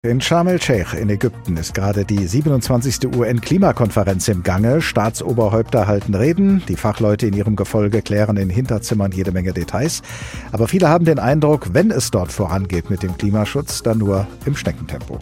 In Sharm el-Sheikh in Ägypten ist gerade die 27. UN-Klimakonferenz im Gange. Staatsoberhäupter halten Reden, die Fachleute in ihrem Gefolge klären in Hinterzimmern jede Menge Details. Aber viele haben den Eindruck, wenn es dort vorangeht mit dem Klimaschutz, dann nur im Schneckentempo.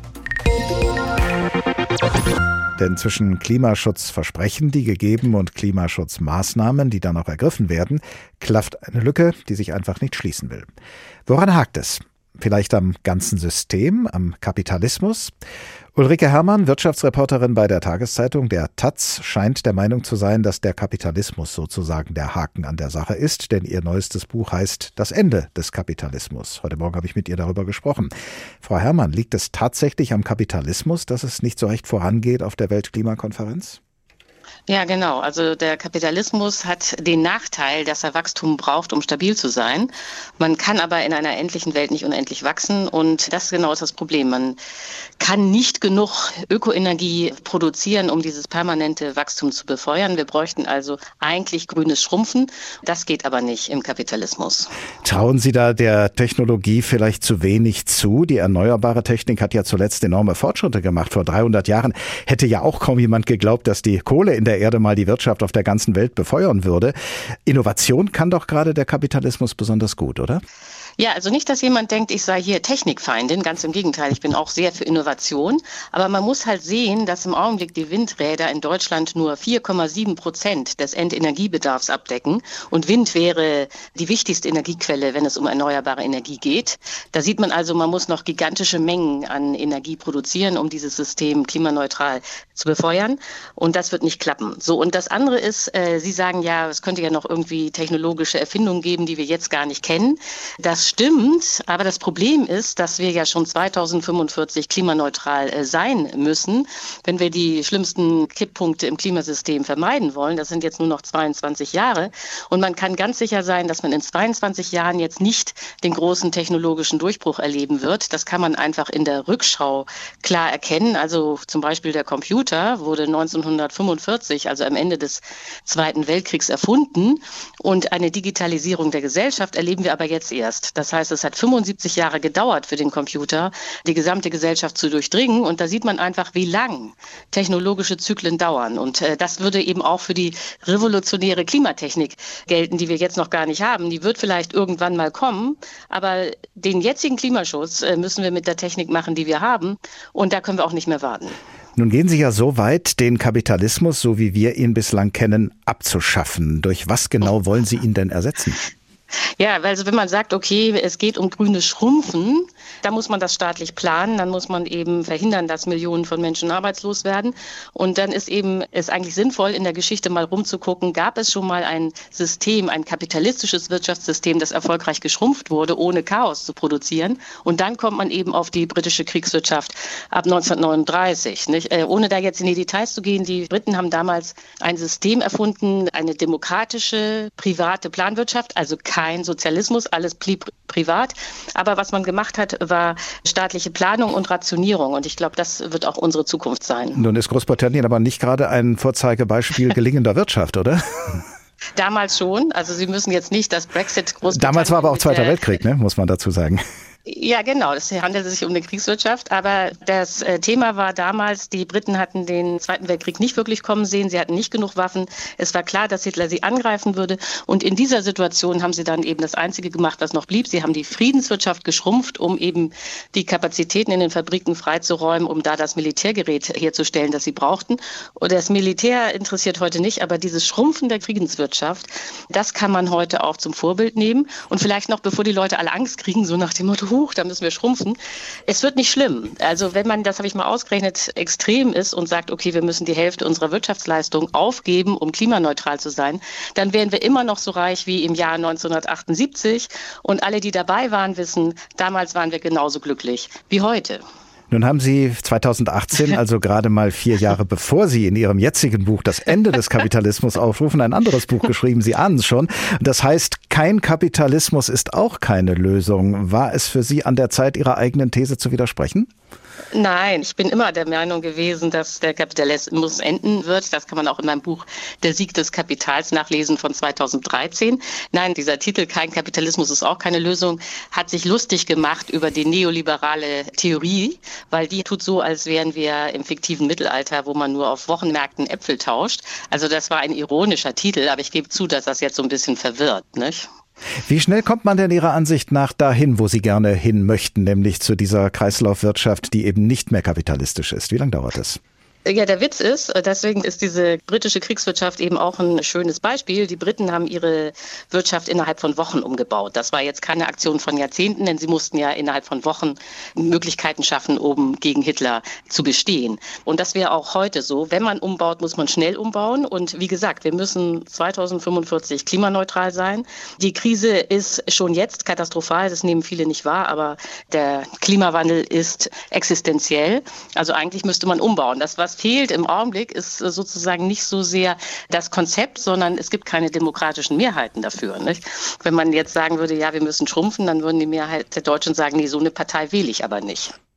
Denn zwischen Klimaschutzversprechen, die gegeben, und Klimaschutzmaßnahmen, die dann auch ergriffen werden, klafft eine Lücke, die sich einfach nicht schließen will. Woran hakt es? Vielleicht am ganzen System, am Kapitalismus? Ulrike Herrmann, Wirtschaftsreporterin bei der Tageszeitung der taz, scheint der Meinung zu sein, dass der Kapitalismus sozusagen der Haken an der Sache ist, denn ihr neuestes Buch heißt Das Ende des Kapitalismus. Heute Morgen habe ich mit ihr darüber gesprochen. Frau Herrmann, liegt es tatsächlich am Kapitalismus, dass es nicht so recht vorangeht auf der Weltklimakonferenz? Ja, genau. Also der Kapitalismus hat den Nachteil, dass er Wachstum braucht, um stabil zu sein. Man kann aber in einer endlichen Welt nicht unendlich wachsen, und das genau ist das Problem. Man kann nicht genug Ökoenergie produzieren, um dieses permanente Wachstum zu befeuern. Wir bräuchten also eigentlich grünes Schrumpfen. Das geht aber nicht im Kapitalismus. Trauen Sie da der Technologie vielleicht zu wenig zu? Die erneuerbare Technik hat ja zuletzt enorme Fortschritte gemacht. Vor 300 Jahren hätte ja auch kaum jemand geglaubt, dass die Kohle in der Erde mal die Wirtschaft auf der ganzen Welt befeuern würde. Innovation kann doch gerade der Kapitalismus besonders gut, oder? Ja, also nicht, dass jemand denkt, ich sei hier Technikfeindin. Ganz im Gegenteil, ich bin auch sehr für Innovation. Aber man muss halt sehen, dass im Augenblick die Windräder in Deutschland nur 4,7% des Endenergiebedarfs abdecken. Und Wind wäre die wichtigste Energiequelle, wenn es um erneuerbare Energie geht. Da sieht man also, man muss noch gigantische Mengen an Energie produzieren, um dieses System klimaneutral zu befeuern. Und das wird nicht klappen. So, und das andere ist, Sie sagen ja, es könnte ja noch irgendwie technologische Erfindungen geben, die wir jetzt gar nicht kennen. Das stimmt, aber das Problem ist, dass wir ja schon 2045 klimaneutral sein müssen, wenn wir die schlimmsten Kipppunkte im Klimasystem vermeiden wollen. Das sind jetzt nur noch 22 Jahre. Und man kann ganz sicher sein, dass man in 22 Jahren jetzt nicht den großen technologischen Durchbruch erleben wird. Das kann man einfach in der Rückschau klar erkennen. Also zum Beispiel der Computer wurde 1945, also am Ende des Zweiten Weltkriegs, erfunden. Und eine Digitalisierung der Gesellschaft erleben wir aber jetzt erst. Das heißt, es hat 75 Jahre gedauert für den Computer, die gesamte Gesellschaft zu durchdringen. Und da sieht man einfach, wie lang technologische Zyklen dauern. Und das würde eben auch für die revolutionäre Klimatechnik gelten, die wir jetzt noch gar nicht haben. Die wird vielleicht irgendwann mal kommen. Aber den jetzigen Klimaschutz müssen wir mit der Technik machen, die wir haben. Und da können wir auch nicht mehr warten. Nun gehen Sie ja so weit, den Kapitalismus, so wie wir ihn bislang kennen, abzuschaffen. Durch was genau wollen Sie ihn denn ersetzen? Ja, also wenn man sagt, okay, es geht um grünes Schrumpfen, dann muss man das staatlich planen, dann muss man eben verhindern, dass Millionen von Menschen arbeitslos werden. Und dann ist es eigentlich sinnvoll, in der Geschichte mal rumzugucken, gab es schon mal ein System, ein kapitalistisches Wirtschaftssystem, das erfolgreich geschrumpft wurde, ohne Chaos zu produzieren. Und dann kommt man eben auf die britische Kriegswirtschaft ab 1939. Nicht? Ohne da jetzt in die Details zu gehen, die Briten haben damals ein System erfunden, eine demokratische, private Planwirtschaft, also kein Sozialismus, alles blieb privat. Aber was man gemacht hat, war staatliche Planung und Rationierung. Und ich glaube, das wird auch unsere Zukunft sein. Nun ist Großbritannien aber nicht gerade ein Vorzeigebeispiel gelingender Wirtschaft, oder? Damals schon. Also Sie müssen jetzt nicht das Brexit Großbritannien... Damals war aber auch Zweiter Weltkrieg, ne? Muss man dazu sagen. Ja, genau. Es handelte sich um eine Kriegswirtschaft. Aber das Thema war damals, die Briten hatten den Zweiten Weltkrieg nicht wirklich kommen sehen. Sie hatten nicht genug Waffen. Es war klar, dass Hitler sie angreifen würde. Und in dieser Situation haben sie dann eben das Einzige gemacht, was noch blieb. Sie haben die Friedenswirtschaft geschrumpft, um eben die Kapazitäten in den Fabriken freizuräumen, um da das Militärgerät herzustellen, das sie brauchten. Und das Militär interessiert heute nicht, aber dieses Schrumpfen der Friedenswirtschaft, das kann man heute auch zum Vorbild nehmen. Und vielleicht noch, bevor die Leute alle Angst kriegen, so nach dem Motto, da müssen wir schrumpfen. Es wird nicht schlimm. Also wenn man, das habe ich mal ausgerechnet, extrem ist und sagt, okay, wir müssen die Hälfte unserer Wirtschaftsleistung aufgeben, um klimaneutral zu sein, dann wären wir immer noch so reich wie im Jahr 1978. Und alle, die dabei waren, wissen, damals waren wir genauso glücklich wie heute. Nun haben Sie 2018, also gerade mal 4 Jahre bevor Sie in Ihrem jetzigen Buch Das Ende des Kapitalismus aufrufen, ein anderes Buch geschrieben. Sie ahnen es schon. Das heißt, kein Kapitalismus ist auch keine Lösung. War es für Sie an der Zeit, Ihrer eigenen These zu widersprechen? Nein, ich bin immer der Meinung gewesen, dass der Kapitalismus enden wird. Das kann man auch in meinem Buch Der Sieg des Kapitals nachlesen von 2013. Nein, dieser Titel Kein Kapitalismus ist auch keine Lösung, hat sich lustig gemacht über die neoliberale Theorie, weil die tut so, als wären wir im fiktiven Mittelalter, wo man nur auf Wochenmärkten Äpfel tauscht. Also das war ein ironischer Titel, aber ich gebe zu, dass das jetzt so ein bisschen verwirrt, nicht? Wie schnell kommt man denn Ihrer Ansicht nach dahin, wo Sie gerne hin möchten, nämlich zu dieser Kreislaufwirtschaft, die eben nicht mehr kapitalistisch ist? Wie lange dauert es? Ja, der Witz ist, deswegen ist diese britische Kriegswirtschaft eben auch ein schönes Beispiel. Die Briten haben ihre Wirtschaft innerhalb von Wochen umgebaut. Das war jetzt keine Aktion von Jahrzehnten, denn sie mussten ja innerhalb von Wochen Möglichkeiten schaffen, um gegen Hitler zu bestehen. Und das wäre auch heute so. Wenn man umbaut, muss man schnell umbauen. Und wie gesagt, wir müssen 2045 klimaneutral sein. Die Krise ist schon jetzt katastrophal, das nehmen viele nicht wahr, aber der Klimawandel ist existenziell. Also eigentlich müsste man umbauen. Das, was fehlt im Augenblick, ist sozusagen nicht so sehr das Konzept, sondern es gibt keine demokratischen Mehrheiten dafür. Nicht? Wenn man jetzt sagen würde, ja, wir müssen schrumpfen, dann würden die Mehrheit der Deutschen sagen, nee, so eine Partei wähle ich aber nicht.